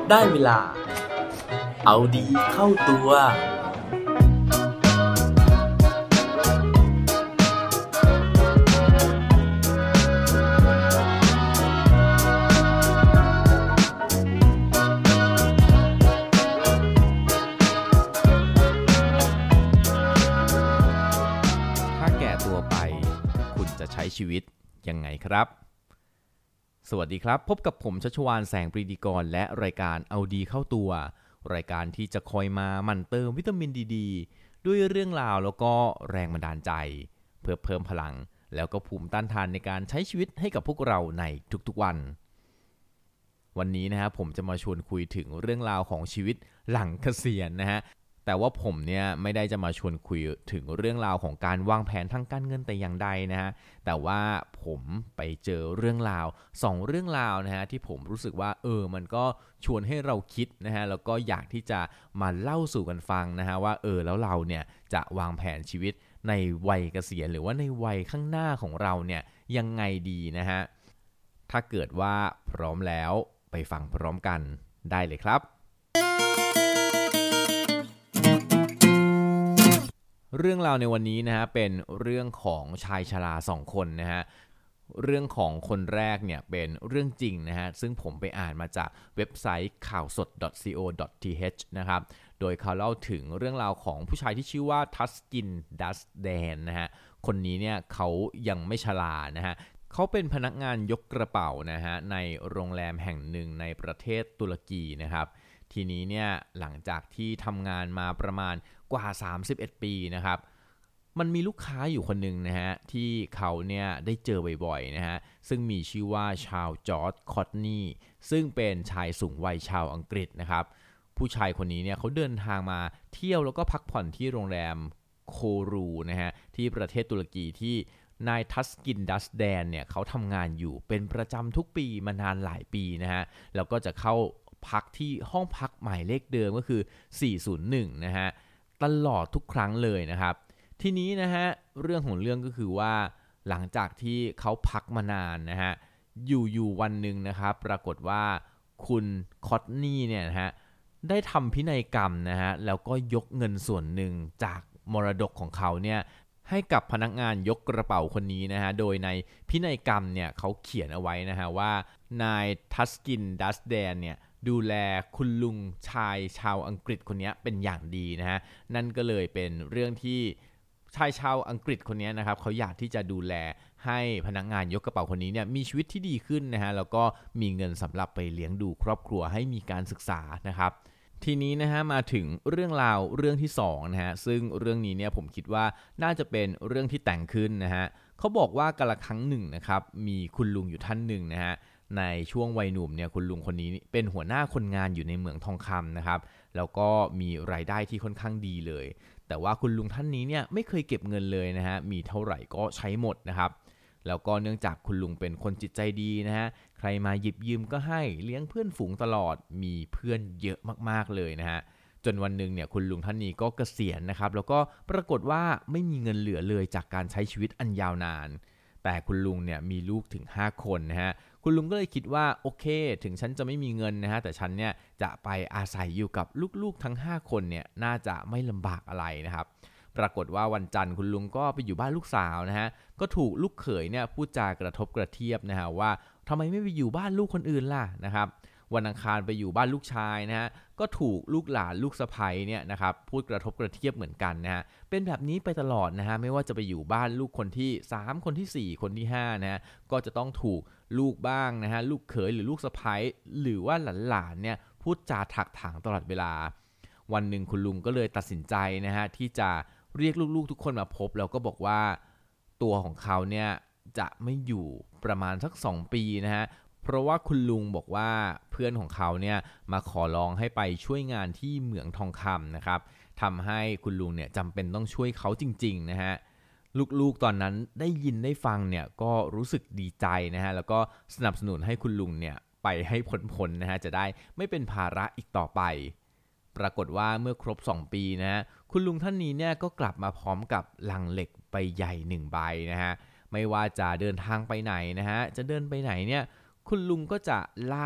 ได้เวลาเอาดีเข้าตัวถ้าแก่ตัวไปคุณจะใช้ชีวิตยังไงครับสวัสดีครับพบกับผมชัชวาลแสงปรีดีกรและรายการเอาดีเข้าตัวรายการที่จะคอยมาหมั่นเติมวิตามินดีด้วยเรื่องราวแล้วก็แรงบันดาลใจเพื่อเพิ่มพลังแล้วก็ภูมิต้านทานในการใช้ชีวิตให้กับพวกเราในทุกๆวันนี้นะครับผมจะมาชวนคุยถึงเรื่องราวของชีวิตหลังเกษียณนะฮะแต่ว่าผมเนี่ยไม่ได้จะมาชวนคุยถึงเรื่องราวของการวางแผนทางการเงินแต่อย่างใดนะฮะแต่ว่าผมไปเจอเรื่องราว2เรื่องราวนะฮะที่ผมรู้สึกว่ามันก็ชวนให้เราคิดนะฮะแล้วก็อยากที่จะมาเล่าสู่กันฟังนะฮะว่าแล้วเราเนี่ยจะวางแผนชีวิตในวัยเกษียณหรือว่าในวัยข้างหน้าของเราเนี่ยยังไงดีนะฮะถ้าเกิดว่าพร้อมแล้วไปฟังพร้อมกันได้เลยครับเรื่องราวในวันนี้นะฮะเป็นเรื่องของชายชรา2คนนะฮะเรื่องของคนแรกเนี่ยเป็นเรื่องจริงนะฮะซึ่งผมไปอ่านมาจากเว็บไซต์ข่าวสด .co.th นะครับโดยเขาเล่าถึงเรื่องราวของผู้ชายที่ชื่อว่าทัสกินดัสแดนนะฮะคนนี้เนี่ยเขายังไม่ชรานะฮะเขาเป็นพนักงานยกกระเป๋านะฮะในโรงแรมแห่งหนึ่งในประเทศตุรกีนะครับทีนี้เนี่ยหลังจากที่ทำงานมาประมาณกว่า31ปีนะครับมันมีลูกค้าอยู่คนหนึ่งนะฮะที่เขาเนี่ยได้เจอบ่อยๆนะฮะซึ่งมีชื่อว่าชาวจอร์จคอตนีซึ่งเป็นชายสูงวัยชาวอังกฤษนะครับผู้ชายคนนี้เนี่ยเขาเดินทางมาเที่ยวแล้วก็พักผ่อนที่โรงแรมโครูนะฮะที่ประเทศตุรกีที่นายทัสกินดัสแดนเนี่ยเขาทำงานอยู่เป็นประจำทุกปีมานานหลายปีนะฮะแล้วก็จะเข้าพักที่ห้องพักหมายเลขเดิมก็คือ401นะฮะตลอดทุกครั้งเลยนะครับทีนี้นะฮะเรื่องของเรื่องก็คือว่าหลังจากที่เขาพักมานานนะฮะอยู่วันหนึ่งนะครับปรากฏว่าคุณคอตนี่เนี่ยนะฮะได้ทำพินัยกรรมนะฮะแล้วก็ยกเงินส่วนหนึ่งจากมรดกของเขาเนี่ยให้กับพนักงานยกกระเป๋าคนนี้นะฮะโดยในพินัยกรรมเนี่ยเขาเขียนเอาไว้นะฮะว่านายทัสกินดัสแดนเนี่ยดูแลคุณลุงชายชาวอังกฤษคนนี้เป็นอย่างดีนะฮะนั่นก็เลยเป็นเรื่องที่ชายชาวอังกฤษคนนี้นะครับเขาอยากที่จะดูแลให้พนักงานยกกระเป๋าคนนี้เนี่ยมีชีวิตที่ดีขึ้นนะฮะแล้วก็มีเงินสำหรับไปเลี้ยงดูครอบครัวให้มีการศึกษานะครับทีนี้นะฮะมาถึงเรื่องราวเรื่องที่2นะฮะซึ่งเรื่องนี้เนี่ยผมคิดว่าน่าจะเป็นเรื่องที่แต่งขึ้นนะฮะเขาบอกว่ากาลครั้งหนึ่งนะครับมีคุณลุงอยู่ท่านหนึ่งนะฮะในช่วงวัยหนุ่มเนี่ยคุณลุงคนนี้เป็นหัวหน้าคนงานอยู่ในเหมืองทองคำนะครับแล้วก็มีรายได้ที่ค่อนข้างดีเลยแต่ว่าคุณลุงท่านนี้เนี่ยไม่เคยเก็บเงินเลยนะฮะมีเท่าไหร่ก็ใช้หมดนะครับแล้วก็เนื่องจากคุณลุงเป็นคนจิตใจดีนะฮะใครมาหยิบยืมก็ให้เลี้ยงเพื่อนฝูงตลอดมีเพื่อนเยอะมากๆเลยนะฮะจนวันหนึ่งเนี่ยคุณลุงท่านนี้ก็เกษียณนะครับแล้วก็ปรากฏว่าไม่มีเงินเหลือเลยจากการใช้ชีวิตอันยาวนานแต่คุณลุงเนี่ยมีลูกถึง5คนนะฮะคุณลุงก็เลยคิดว่าโอเคถึงฉันจะไม่มีเงินนะฮะแต่ฉันเนี่ยจะไปอาศัยอยู่กับลูกๆทั้ง5คนเนี่ยน่าจะไม่ลำบากอะไรนะครับปรากฏว่าวันจันทร์คุณลุงก็ไปอยู่บ้านลูกสาวนะฮะก็ถูกลูกเขยเนี่ยพูดจากระทบกระเทียบนะฮะว่าทำไมไม่ไปอยู่บ้านลูกคนอื่นล่ะนะครับวันอังคารไปอยู่บ้านลูกชายนะฮะก็ถูกลูกหลานลูกสะใภ้เนี่ยนะครับพูดกระทบกระเทียบเหมือนกันนะฮะเป็นแบบนี้ไปตลอดนะฮะไม่ว่าจะไปอยู่บ้านลูกคนที่3คนที่4คนที่5นะฮะก็จะต้องถูกลูกบ้างนะฮะลูกเขยหรือลูกสะใภ้หรือว่าหลานๆเนี่ยพูดจาถักถางตลอดเวลาวันหนึ่งคุณลุงก็เลยตัดสินใจนะฮะที่จะเรียกลูกๆทุกคนมาพบแล้วก็บอกว่าตัวของเขาเนี่ยจะไม่อยู่ประมาณสัก2ปีนะฮะเพราะว่าคุณลุงบอกว่าเพื่อนของเขาเนี่ยมาขอร้องให้ไปช่วยงานที่เหมืองทองคำนะครับทำให้คุณลุงเนี่ยจำเป็นต้องช่วยเขาจริงๆนะฮะลูกๆตอนนั้นได้ยินได้ฟังเนี่ยก็รู้สึกดีใจนะฮะแล้วก็สนับสนุนให้คุณลุงเนี่ยไปให้พ้นๆนะฮะจะได้ไม่เป็นภาระอีกต่อไปปรากฏว่าเมื่อครบ2ปีนะฮะคุณลุงท่านนี้เนี่ยก็กลับมาพร้อมกับลังเหล็กใบใหญ่1ใบนะฮะไม่ว่าจะเดินทางไปไหนนะฮะจะเดินไปไหนเนี่ยคุณลุงก็จะลาก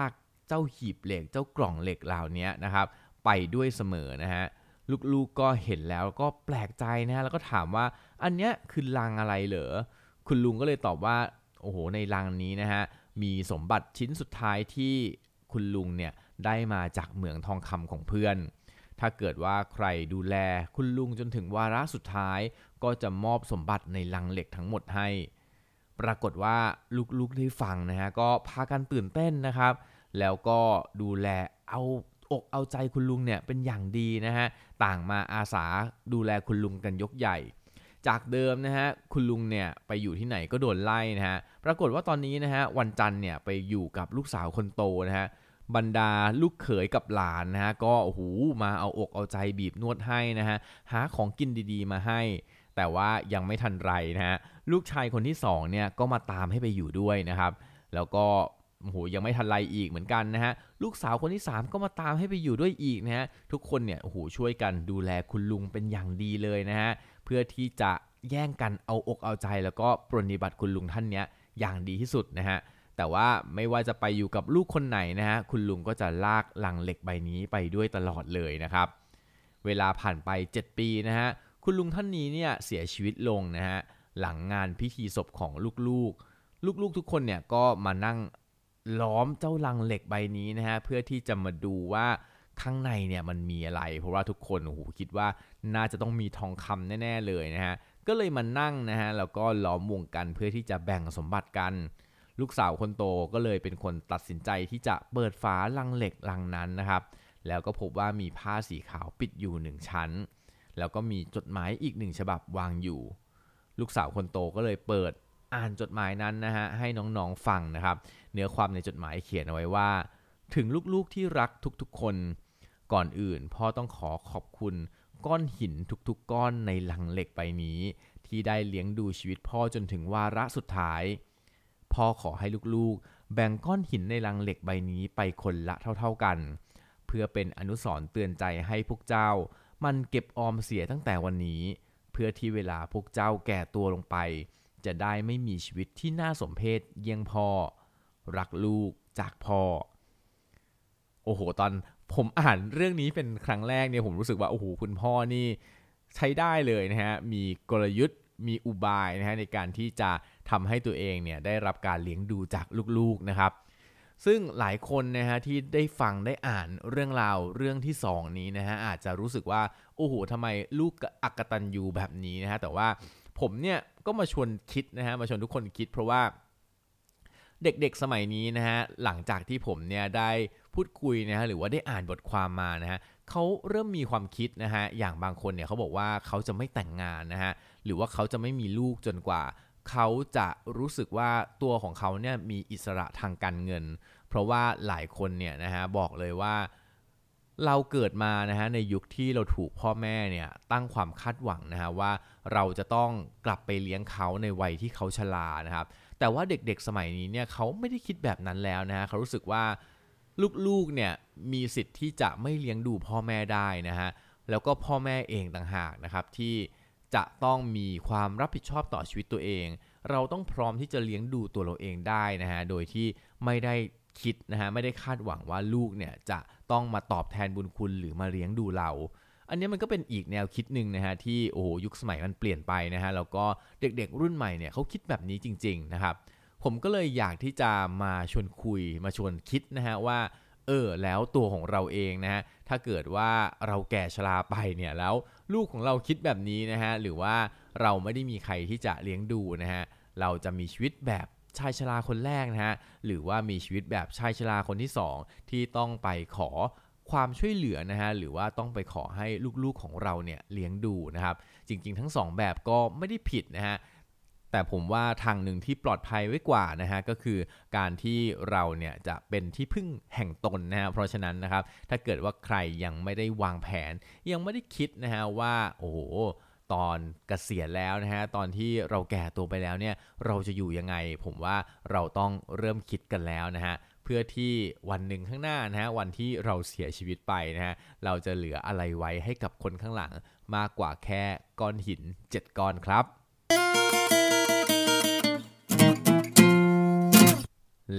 เจ้าหีบเหล็กเจ้ากล่องเหล็กเหล่านี้นะครับไปด้วยเสมอนะฮะลูกๆก็เห็นแล้วก็แปลกใจนะฮะแล้วก็ถามว่าอันเนี้ยคือลังอะไรเหรอคุณลุงก็เลยตอบว่าโอ้โหในลังนี้นะฮะมีสมบัติชิ้นสุดท้ายที่คุณลุงเนี่ยได้มาจากเหมืองทองคำของเพื่อนถ้าเกิดว่าใครดูแลคุณลุงจนถึงวาระสุดท้ายก็จะมอบสมบัติในลังเหล็กทั้งหมดให้ปรากฏว่าลูกๆได้ฟังนะฮะก็พากันตื่นเต้นนะครับแล้วก็ดูแลเอาอกเอาใจคุณลุงเนี่ยเป็นอย่างดีนะฮะต่างมาอาสาดูแลคุณลุงกันยกใหญ่จากเดิมนะฮะคุณลุงเนี่ยไปอยู่ที่ไหนก็โดนไล่นะฮะปรากฏว่าตอนนี้นะฮะวันจันทร์เนี่ยไปอยู่กับลูกสาวคนโตนะฮะบรรดาลูกเขยกับหลานนะฮะก็โอ้โหมาเอาอกเอาใจบีบนวดให้นะฮะหาของกินดีๆมาให้แต่ว่ายังไม่ทันไรนะฮะลูกชายคนที่สองเนี่ยก็มาตามให้ไปอยู่ด้วยนะครับแล้วก็โอ้โหยังไม่ทันไรอีกเหมือนกันนะฮะลูกสาวคนที่3ก็มาตามให้ไปอยู่ด้วยอีกนะฮะทุกคนเนี่ยโอ้โหช่วยกันดูแลคุณลุงเป็นอย่างดีเลยนะฮะเพื่อที่จะแย่งกันเอาอกเอาใจแล้วก็ปรนนิบัติคุณลุงท่านเนี้ยอย่างดีที่สุดนะฮะแต่ว่าไม่ว่าจะไปอยู่กับลูกคนไหนนะฮะคุณลุงก็จะลากลังเหล็กใบนี้ไปด้วยตลอดเลยนะครับเวลาผ่านไป7ปีนะฮะคุณลุงท่านนี้เนี่ยเสียชีวิตลงนะฮะหลังงานพิธีศพของลูกๆทุกคนเนี่ยก็มานั่งล้อมเจ้าลังเหล็กใบนี้นะฮะเพื่อที่จะมาดูว่าข้างในเนี่ยมันมีอะไรเพราะว่าทุกคนโอ้โหคิดว่าน่าจะต้องมีทองคำแน่ๆเลยนะฮะก็เลยมานั่งนะฮะแล้วก็ล้อมวงกันเพื่อที่จะแบ่งสมบัติกันลูกสาวคนโตก็เลยเป็นคนตัดสินใจที่จะเปิดฝาลังเหล็กลังนั้นนะครับแล้วก็พบว่ามีผ้าสีขาวปิดอยู่1ชั้นแล้วก็มีจดหมายอีก1ฉบับวางอยู่ลูกสาวคนโตก็เลยเปิดอ่านจดหมายนั้นนะฮะให้น้องๆฟังนะครับเนื้อความในจดหมายเขียนเอาไว้ว่าถึงลูกๆที่รักทุกๆคนก่อนอื่นพ่อต้องขอบคุณก้อนหินทุกๆก้อนในลังเหล็กใบนี้ที่ได้เลี้ยงดูชีวิตพ่อจนถึงวาระสุดท้ายพ่อขอให้ลูกๆแบ่งก้อนหินในลังเหล็กใบนี้ไปคนละเท่าๆกันเพื่อเป็นอนุสรณ์เตือนใจให้พวกเจ้ามันเก็บออมเสียตั้งแต่วันนี้เพื่อที่เวลาพวกเจ้าแก่ตัวลงไปจะได้ไม่มีชีวิตที่น่าสมเพชเยี่ยงพ่อรักลูกจากพ่อโอ้โหตอนผมอ่านเรื่องนี้เป็นครั้งแรกเนี่ยผมรู้สึกว่าโอ้โหคุณพ่อนี่ใช้ได้เลยนะฮะมีกลยุทธ์มีอุบายนะฮะในการที่จะทำให้ตัวเองเนี่ยได้รับการเลี้ยงดูจากลูกๆนะครับซึ่งหลายคนนะฮะที่ได้ฟังได้อ่านเรื่องราวเรื่องที่2นี้นะฮะอาจจะรู้สึกว่าโอ้โหทำไมลูกอักตันยูแบบนี้นะฮะแต่ว่าผมเนี่ยก็มาชวนคิดนะฮะมาชวนทุกคนคิดเพราะว่าเด็กๆสมัยนี้นะฮะหลังจากที่ผมเนี่ยได้พูดคุยนะฮะหรือว่าได้อ่านบทความมานะฮะเขาเริ่มมีความคิดนะฮะอย่างบางคนเนี่ยเขาบอกว่าเขาจะไม่แต่งงานนะฮะหรือว่าเขาจะไม่มีลูกจนกว่าเขาจะรู้สึกว่าตัวของเขาเนี่ยมีอิสระทางการเงินเพราะว่าหลายคนเนี่ยนะฮะบอกเลยว่าเราเกิดมานะฮะในยุคที่เราถูกพ่อแม่เนี่ยตั้งความคาดหวังนะฮะว่าเราจะต้องกลับไปเลี้ยงเขาในวัยที่เขาชรานะครับแต่ว่าเด็กๆสมัยนี้เนี่ยเขาไม่ได้คิดแบบนั้นแล้วนะฮะเขารู้สึกว่าลูกๆเนี่ยมีสิทธิ์ที่จะไม่เลี้ยงดูพ่อแม่ได้นะฮะแล้วก็พ่อแม่เองต่างหากนะครับที่จะต้องมีความรับผิดชอบต่อชีวิตตัวเองเราต้องพร้อมที่จะเลี้ยงดูตัวเราเองได้นะฮะโดยที่ไม่ได้คิดนะฮะไม่ได้คาดหวังว่าลูกเนี่ยจะต้องมาตอบแทนบุญคุณหรือมาเลี้ยงดูเราอันนี้มันก็เป็นอีกแนวคิดหนึ่งนะฮะที่โอ้โหยุคสมัยมันเปลี่ยนไปนะฮะแล้วก็เด็กๆรุ่นใหม่เนี่ยเขาคิดแบบนี้จริงๆนะครับผมก็เลยอยากที่จะมาชวนคุยมาชวนคิดนะฮะว่าแล้วตัวของเราเองนะฮะถ้าเกิดว่าเราแก่ชราไปเนี่ยแล้วลูกของเราคิดแบบนี้นะฮะหรือว่าเราไม่ได้มีใครที่จะเลี้ยงดูนะฮะเราจะมีชีวิตแบบชายชราคนแรกนะฮะหรือว่ามีชีวิตแบบชายชราคนที่2ที่ต้องไปขอความช่วยเหลือนะฮะหรือว่าต้องไปขอให้ลูกๆของเราเนี่ยเลี้ยงดูนะครับจริงๆทั้ง2แบบก็ไม่ได้ผิดนะฮะแต่ผมว่าทางหนึ่งที่ปลอดภัยไว้กว่านะฮะก็คือการที่เราเนี่ยจะเป็นที่พึ่งแห่งตนนะฮะเพราะฉะนั้นนะครับถ้าเกิดว่าใครยังไม่ได้วางแผนยังไม่ได้คิดนะฮะว่าโอ้โหตอนเกษียณแล้วนะฮะตอนที่เราแก่ตัวไปแล้วเนี่ยเราจะอยู่ยังไงผมว่าเราต้องเริ่มคิดกันแล้วนะฮะเพื่อที่วันหนึ่งข้างหน้านะฮะวันที่เราเสียชีวิตไปนะฮะเราจะเหลืออะไรไว้ให้กับคนข้างหลังมากกว่าแค่ก้อนหิน7ก้อนครับแ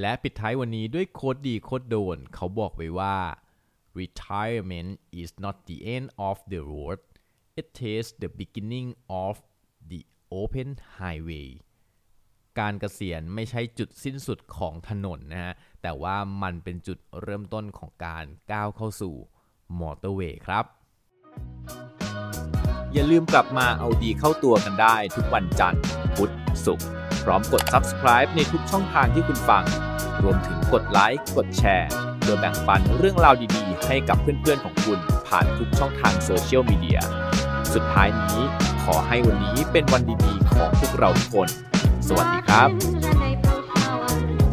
และปิดท้ายวันนี้ด้วยโค้ดดีโค้ดโดนเขาบอกไว้ว่า retirement is not the end of the road it is the beginning of the open highway การเกษียณไม่ใช่จุดสิ้นสุดของถนนนะฮะแต่ว่ามันเป็นจุดเริ่มต้นของการก้าวเข้าสู่มอเตอร์เวย์ครับอย่าลืมกลับมาเอาดีเข้าตัวกันได้ทุกวันจันทร์พุธศุกร์พร้อมกด Subscribe ในทุกช่องทางที่คุณฟังรวมถึงกดไลค์กดแชร์เพื่อแบ่งปันเรื่องราวดีๆให้กับเพื่อนๆของคุณผ่านทุกช่องทางโซเชียลมีเดียสุดท้ายนี้ขอให้วันนี้เป็นวันดีๆของพวกเราทุกคนสวัสดีครับ